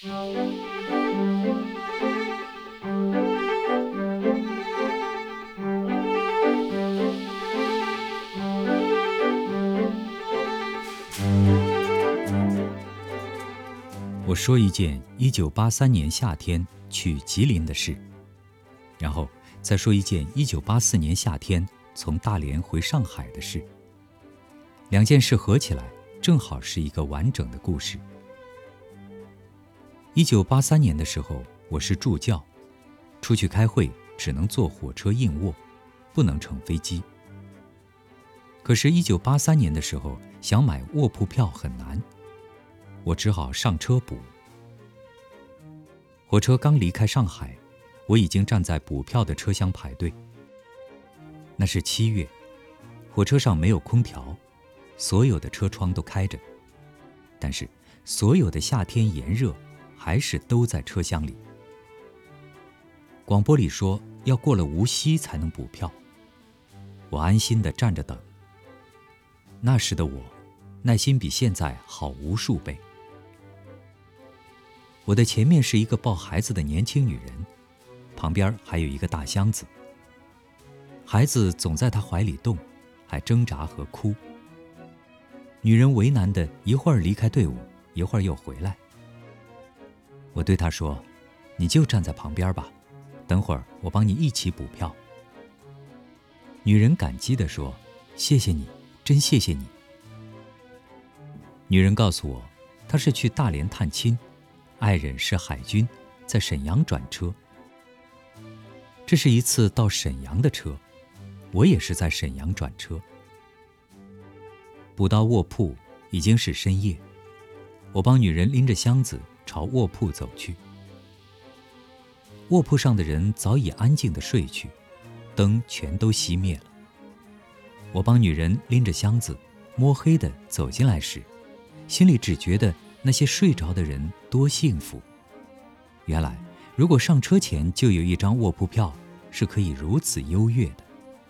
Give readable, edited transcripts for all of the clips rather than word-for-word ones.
我说一件1983年夏天去吉林的事，然后再说一件1984年夏天从大连回上海的事。两件事合起来，正好是一个完整的故事。1983年的时候，我是助教，出去开会只能坐火车硬卧，不能乘飞机。可是1983年的时候，想买卧铺票很难，我只好上车补。火车刚离开上海，我已经站在补票的车厢排队。那是7月，火车上没有空调，所有的车窗都开着，但是所有的夏天炎热还是都在车厢里。广播里说要过了无锡才能补票，我安心地站着等。那时的我，耐心比现在好无数倍。我的前面是一个抱孩子的年轻女人，旁边还有一个大箱子。孩子总在她怀里动，还挣扎和哭。女人为难的一会儿离开队伍，一会儿又回来。我对她说：“你就站在旁边吧，等会儿我帮你一起补票。”女人感激地说：“谢谢你，真谢谢你。”女人告诉我，她是去大连探亲，爱人是海军，在沈阳转车。这是一次到沈阳的车，我也是在沈阳转车。补到卧铺已经是深夜，我帮女人拎着箱子朝卧铺走去。卧铺上的人早已安静地睡去，灯全都熄灭了。我帮女人拎着箱子摸黑地走进来时，心里只觉得那些睡着的人多幸福。原来如果上车前就有一张卧铺票，是可以如此优越的。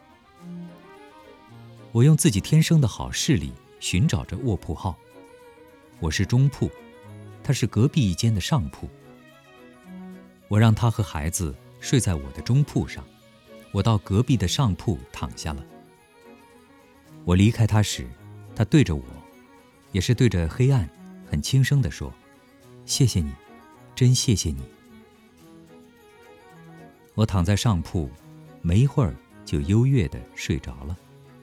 我用自己天生的好视力寻找着卧铺号。我是中铺，他是隔壁一间的上铺。我让他和孩子睡在我的中铺上，我到隔壁的上铺躺下了。我离开他时，他对着我，也是对着黑暗，很轻声地说：“谢谢你，真谢谢你。”我躺在上铺，没一会儿就优越地睡着了。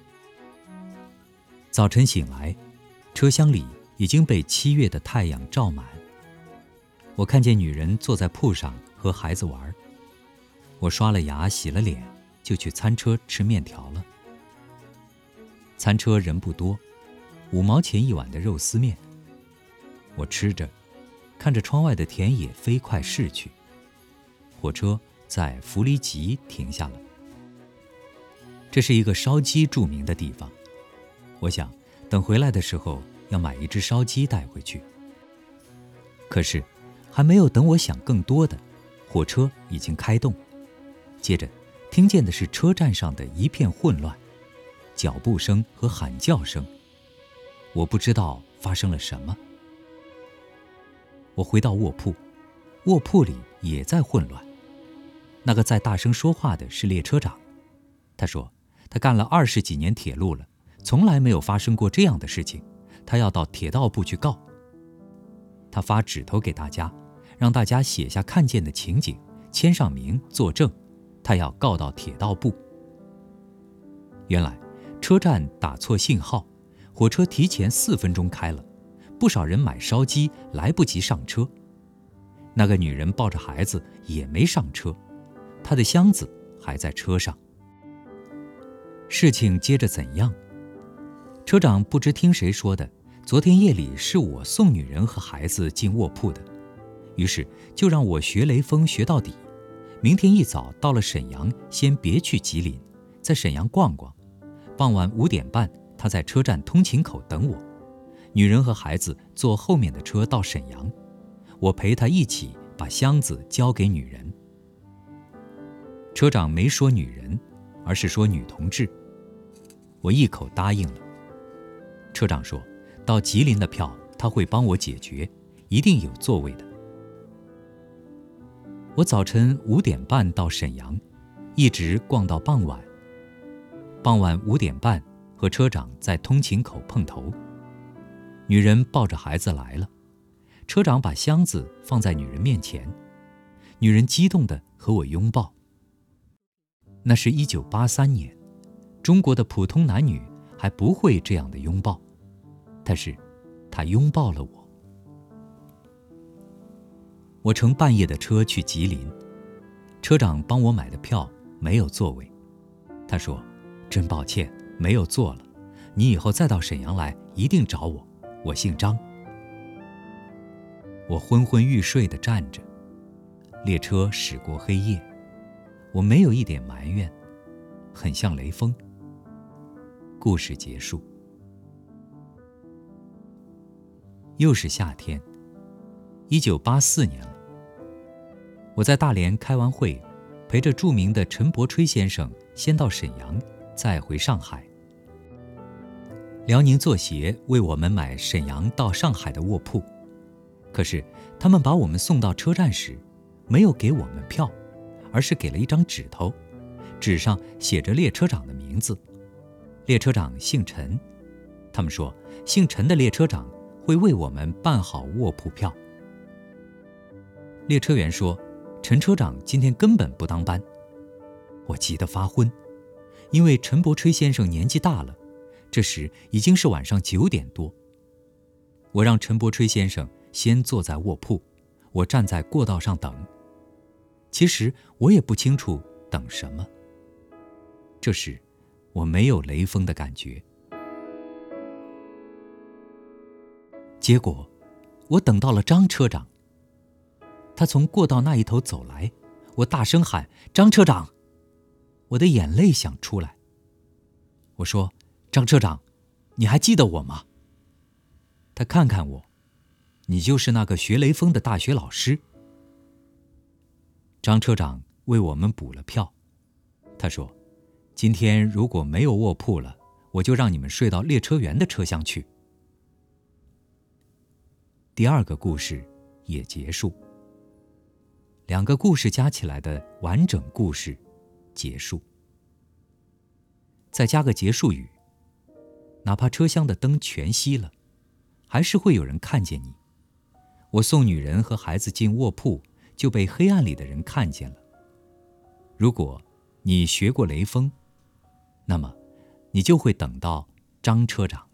早晨醒来，车厢里已经被7月的太阳照满。我看见女人坐在铺上和孩子玩。我刷了牙，洗了脸，就去餐车吃面条了。餐车人不多，5毛钱一碗的肉丝面。我吃着，看着窗外的田野飞快逝去。火车在弗里吉停下了。这是一个烧鸡著名的地方，我想等回来的时候要买一只烧鸡带回去。可是还没有等我想更多的，火车已经开动。接着听见的是车站上的一片混乱，脚步声和喊叫声。我不知道发生了什么。我回到卧铺，卧铺里也在混乱。那个在大声说话的是列车长，他说他干了20几年铁路了，从来没有发生过这样的事情，他要到铁道部去告。他发纸头给大家，让大家写下看见的情景，签上名作证，他要告到铁道部。原来车站打错信号，火车提前4分钟开了，不少人买烧鸡来不及上车。那个女人抱着孩子也没上车，她的箱子还在车上。事情接着怎样？车长不知听谁说的，昨天夜里是我送女人和孩子进卧铺的，于是就让我学雷锋学到底。明天一早到了沈阳，先别去吉林，在沈阳逛逛。傍晚5点半，他在车站通勤口等我。女人和孩子坐后面的车到沈阳，我陪他一起把箱子交给女人。车长没说女人，而是说女同志。我一口答应了。车长说，到吉林的票他会帮我解决，一定有座位的。 我早晨5点半到沈阳，一直逛到傍晚。傍晚5点半和车长在通勤口碰头，女人抱着孩子来了，车长把箱子放在女人面前，女人激动地和我拥抱。那是1983年，中国的普通男女还不会这样的拥抱，但是他拥抱了我。我乘半夜的车去吉林，车长帮我买的票没有座位，他说：“真抱歉，没有座了，你以后再到沈阳来一定找我，我姓张。”我昏昏欲睡地站着，列车驶过黑夜，我没有一点埋怨，很像雷锋。故事结束。又是夏天，1984年了。我在大连开完会，陪着著名的陈伯吹先生先到沈阳，再回上海。辽宁作协为我们买沈阳到上海的卧铺，可是他们把我们送到车站时，没有给我们票，而是给了一张纸头，纸上写着列车长的名字。列车长姓陈，他们说姓陈的列车长会为我们办好卧铺票。列车员说陈车长今天根本不当班，我急得发昏，因为陈伯吹先生年纪大了，这时已经是晚上9点多。我让陈伯吹先生先坐在卧铺，我站在过道上等。其实我也不清楚等什么。这时我没有雷锋的感觉。结果我等到了张车长，他从过道那一头走来，我大声喊：“张车长！”我的眼泪想出来。我说：“张车长，你还记得我吗？”他看看我：“你就是那个学雷锋的大学老师。”张车长为我们补了票，他说：“今天如果没有卧铺了，我就让你们睡到列车员的车厢去。”第二个故事也结束。2个故事加起来的完整故事结束。再加个结束语，哪怕车厢的灯全熄了，还是会有人看见你。我送女人和孩子进卧铺，就被黑暗里的人看见了。如果你学过雷锋，那么你就会等到张车长。